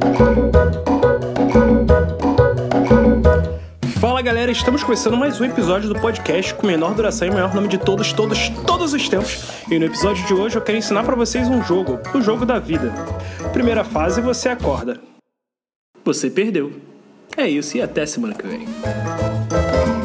Fala galera, estamos começando mais um episódio do podcast com menor duração e maior nome de todos os tempos. E no episódio de hoje eu quero ensinar pra vocês um jogo, o jogo da vida. Primeira fase, você acorda. Você perdeu. É isso, e até semana que vem.